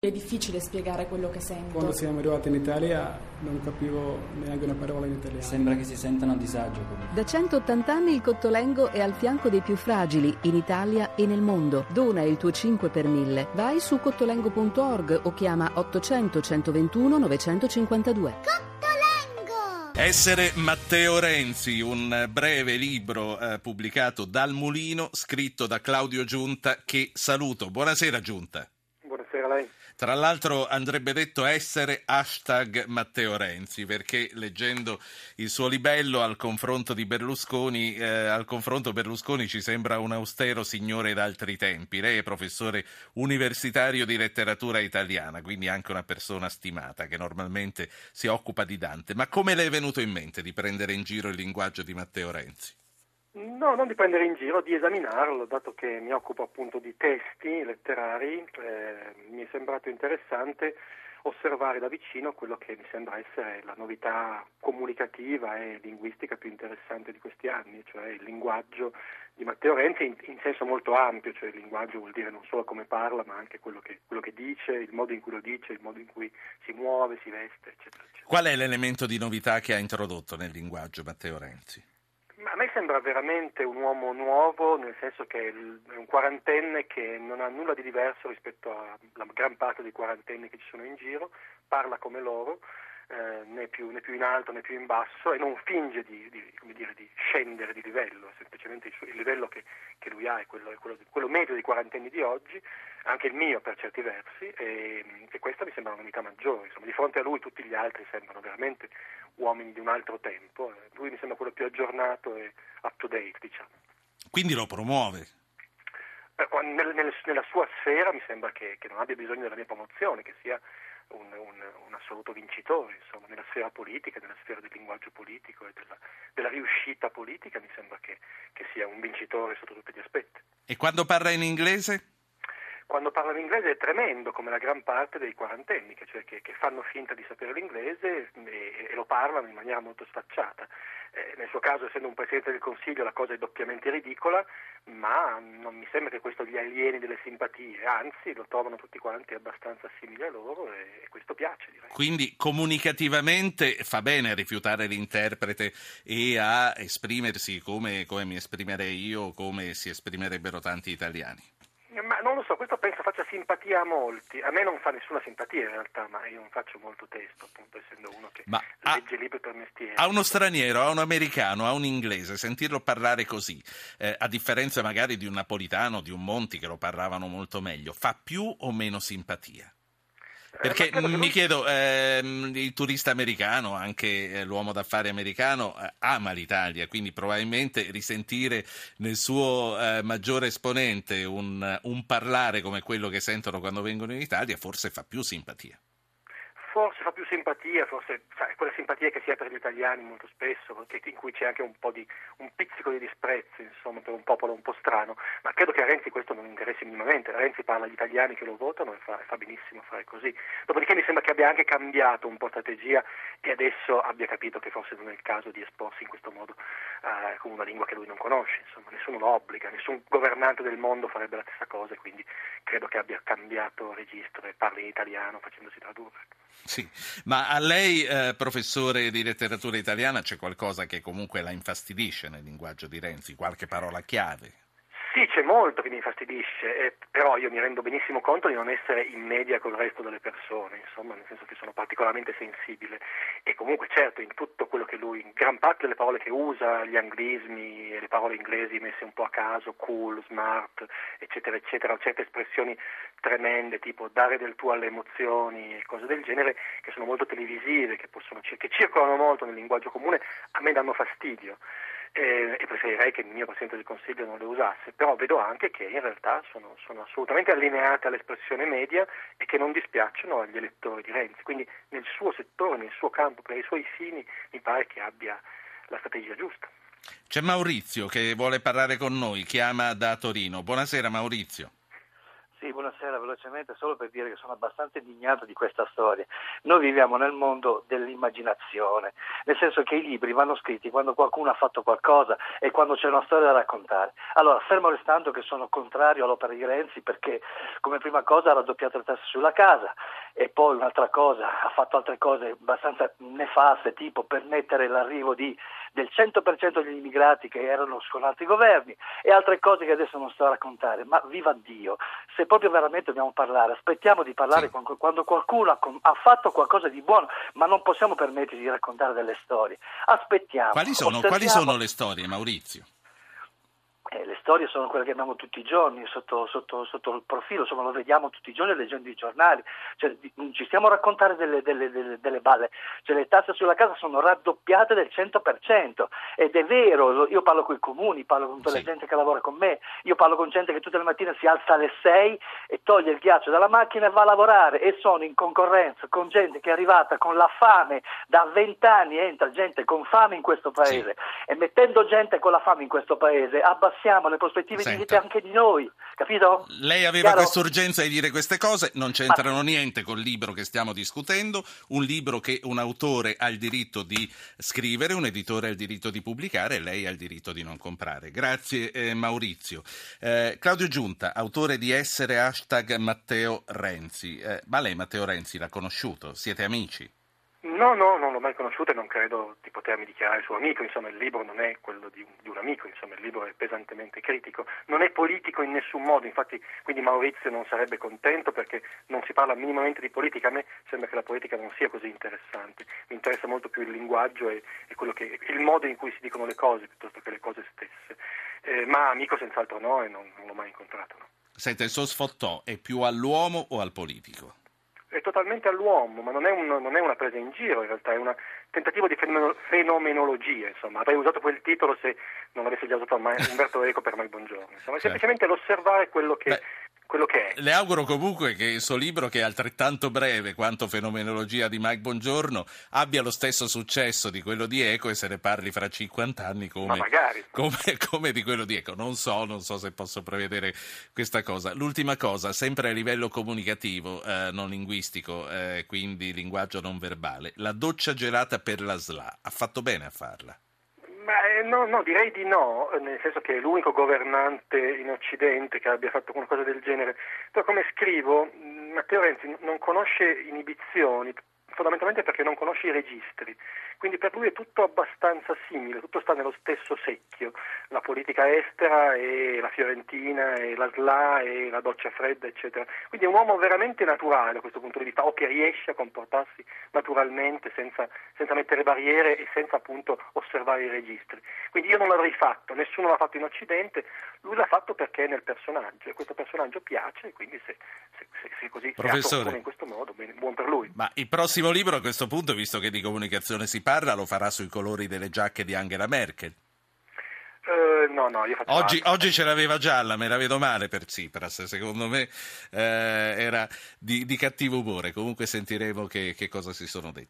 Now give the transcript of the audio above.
È difficile spiegare quello che sento. Quando siamo arrivati in Italia non capivo neanche una parola in italiano. Sembra che si sentano a disagio. Da 180 anni il Cottolengo è al fianco dei più fragili in Italia e nel mondo. Dona il tuo 5 per 1000. Vai su cottolengo.org o chiama 800 121 952. Essere Matteo Renzi, un breve libro pubblicato dal Mulino, scritto da Claudio Giunta, che saluto. Buonasera Giunta. Buonasera a lei. Tra l'altro andrebbe detto essere #Matteo Renzi, perché leggendo il suo libello al confronto di Berlusconi, Berlusconi ci sembra un austero signore d'altri tempi. Lei è professore universitario di letteratura italiana, quindi anche una persona stimata che normalmente si occupa di Dante. Ma come le è venuto in mente di prendere in giro il linguaggio di Matteo Renzi? No, non di prendere in giro, di esaminarlo, dato che mi occupo appunto di testi letterari, mi è sembrato interessante osservare da vicino quello che mi sembra essere la novità comunicativa e linguistica più interessante di questi anni, cioè il linguaggio di Matteo Renzi in senso molto ampio, cioè il linguaggio vuol dire non solo come parla, ma anche quello che dice, il modo in cui lo dice, il modo in cui si muove, si veste, eccetera, eccetera. Qual è l'elemento di novità che ha introdotto nel linguaggio Matteo Renzi? A me sembra veramente un uomo nuovo, nel senso che è un quarantenne che non ha nulla di diverso rispetto alla gran parte dei quarantenni che ci sono in giro, parla come loro, né più in alto né più in basso, e non finge di scendere di livello, semplicemente il livello che lui ha è quello medio dei quarantenni di oggi, anche il mio per certi versi, e questa mi sembra una novità maggiore. Insomma, di fronte a lui tutti gli altri sembrano veramente uomini di un altro tempo, lui mi sembra quello più aggiornato e up to date, diciamo. Quindi lo promuove? Nella sua sfera mi sembra che non abbia bisogno della mia promozione, che sia un assoluto vincitore, insomma, nella sfera politica, nella sfera del linguaggio politico e della riuscita politica mi sembra che sia un vincitore sotto tutti gli aspetti. E quando parla in inglese? Quando parla l'inglese è tremendo, come la gran parte dei quarantenni, che fanno finta di sapere l'inglese e lo parlano in maniera molto sfacciata. Nel suo caso, essendo un Presidente del Consiglio, la cosa è doppiamente ridicola, ma non mi sembra che questo gli alieni delle simpatie, anzi lo trovano tutti quanti abbastanza simili a loro e questo piace, direi. Quindi comunicativamente fa bene a rifiutare l'interprete e a esprimersi come mi esprimerei io, come si esprimerebbero tanti italiani. Ma non lo so, questo penso faccia simpatia a molti. A me non fa nessuna simpatia in realtà, ma io non faccio molto testo, appunto, essendo uno che legge libri per mestiere. A uno straniero, a un americano, a un inglese, sentirlo parlare così, a differenza magari di un napolitano, di un Monti che lo parlavano molto meglio, fa più o meno simpatia? Perché mi chiedo, il turista americano, anche l'uomo d'affari americano, ama l'Italia, quindi probabilmente risentire nel suo maggiore esponente un parlare come quello che sentono quando vengono in Italia forse fa più simpatia. Forse fa più simpatia, forse quella simpatia che si ha per gli italiani molto spesso, in cui c'è anche un pizzico di disprezzo, insomma, per un popolo un po' strano, ma credo che a Renzi questo non interessi minimamente. Renzi parla agli italiani che lo votano e fa benissimo fare così. Dopodiché mi sembra che abbia anche cambiato un po' strategia e adesso abbia capito che forse non è il caso di esporsi in questo modo con una lingua che lui non conosce, insomma, nessuno lo obbliga, nessun governante del mondo farebbe la stessa cosa, e quindi credo che abbia cambiato registro e parli in italiano facendosi tradurre. Sì, ma a lei, professore di letteratura italiana, c'è qualcosa che comunque la infastidisce nel linguaggio di Renzi, qualche parola chiave? Sì, c'è molto che mi infastidisce, però io mi rendo benissimo conto di non essere in media col resto delle persone, insomma, nel senso che sono particolarmente sensibile e comunque certo in tutto quello che lui, in gran parte delle parole che usa, gli anglismi e le parole inglesi messe un po' a caso, cool, smart, eccetera, eccetera, certe espressioni tremende, tipo dare del tuo alle emozioni e cose del genere, che sono molto televisive, che circolano molto nel linguaggio comune, a me danno fastidio. E preferirei che il mio Presidente del Consiglio non le usasse, però vedo anche che in realtà sono assolutamente allineate all'espressione media e che non dispiacciono agli elettori di Renzi, quindi nel suo settore, nel suo campo, per i suoi fini mi pare che abbia la strategia giusta. C'è Maurizio che vuole parlare con noi, chiama da Torino. Buonasera Maurizio. Sì, buonasera, velocemente, solo per dire che sono abbastanza indignato di questa storia. Noi viviamo nel mondo dell'immaginazione, nel senso che i libri vanno scritti quando qualcuno ha fatto qualcosa e quando c'è una storia da raccontare. Allora, fermo restando che sono contrario all'opera di Renzi perché come prima cosa ha raddoppiato il tasso sulla casa e poi un'altra cosa, ha fatto altre cose abbastanza nefaste, tipo permettere l'arrivo del 100% degli immigrati che erano con altri governi e altre cose che adesso non sto a raccontare, ma viva Dio, se proprio veramente dobbiamo parlare, aspettiamo di parlare quando qualcuno ha fatto qualcosa di buono, ma non possiamo permetterci di raccontare delle storie. Aspettiamo. Quali sono le storie, Maurizio? Le storie sono quelle che abbiamo tutti i giorni sotto il profilo, insomma lo vediamo tutti i giorni leggendo i giornali, cioè, ci stiamo a raccontare delle balle, cioè, le tasse sulla casa sono raddoppiate del 100% ed è vero, io parlo con i comuni, parlo con tutta la gente che lavora con me, io parlo con gente che tutte le mattine si alza alle 6 e toglie il ghiaccio dalla macchina e va a lavorare e sono in concorrenza con gente che è arrivata con la fame, da 20 anni entra gente con fame in questo paese e mettendo gente con la fame in questo paese abbassiamo le prospettive di vita anche di noi, capito? Lei aveva questa urgenza di dire queste cose, non c'entrano niente col libro che stiamo discutendo, un libro che un autore ha il diritto di scrivere, un editore ha il diritto di pubblicare e lei ha il diritto di non comprare. Grazie Maurizio. Claudio Giunta, autore di Essere #Matteo Renzi. Ma lei Matteo Renzi l'ha conosciuto? Siete amici? No, non l'ho mai conosciuto e non credo di potermi dichiarare suo amico, insomma il libro non è quello di un amico, insomma il libro è pesantemente critico, non è politico in nessun modo, infatti quindi Maurizio non sarebbe contento perché non si parla minimamente di politica, a me sembra che la politica non sia così interessante, mi interessa molto più il linguaggio e il modo in cui si dicono le cose piuttosto che le cose stesse, ma amico senz'altro no e non l'ho mai incontrato. No. Senta, il suo sfottò è più all'uomo o al politico? È totalmente all'uomo, ma non è una presa in giro in realtà, è un tentativo di fenomenologia, insomma, avrei usato quel titolo se non avessi già usato Umberto Eco per Mai Buongiorno, insomma, semplicemente l'osservare quello che è. Le auguro comunque che il suo libro, che è altrettanto breve quanto Fenomenologia di Mike Bongiorno, abbia lo stesso successo di quello di Eco e se ne parli fra 50 anni come di quello di Eco. Non so se posso prevedere questa cosa. L'ultima cosa, sempre a livello comunicativo, non linguistico, quindi linguaggio non verbale, la doccia gelata per la SLA, ha fatto bene a farla? No, direi di no, nel senso che è l'unico governante in Occidente che abbia fatto qualcosa del genere. Però come scrivo, Matteo Renzi non conosce inibizioni, fondamentalmente perché non conosce i registri, quindi per lui è tutto abbastanza simile, tutto sta nello stesso secchio, la politica estera e la Fiorentina e la SLA e la doccia fredda eccetera, quindi è un uomo veramente naturale da questo punto di vista, o che riesce a comportarsi naturalmente senza mettere barriere e senza appunto osservare i registri, quindi io non l'avrei fatto, nessuno l'ha fatto in Occidente, lui l'ha fatto perché è nel personaggio e questo personaggio piace e quindi se così Professore, in questo modo, bene, buon per lui. Ma il prossimo libro a questo punto, visto che di comunicazione si parla, lo farà sui colori delle giacche di Angela Merkel? No, io faccio oggi ce l'aveva gialla, me la vedo male per Tsipras, secondo me era di cattivo umore, comunque sentiremo che cosa si sono detti.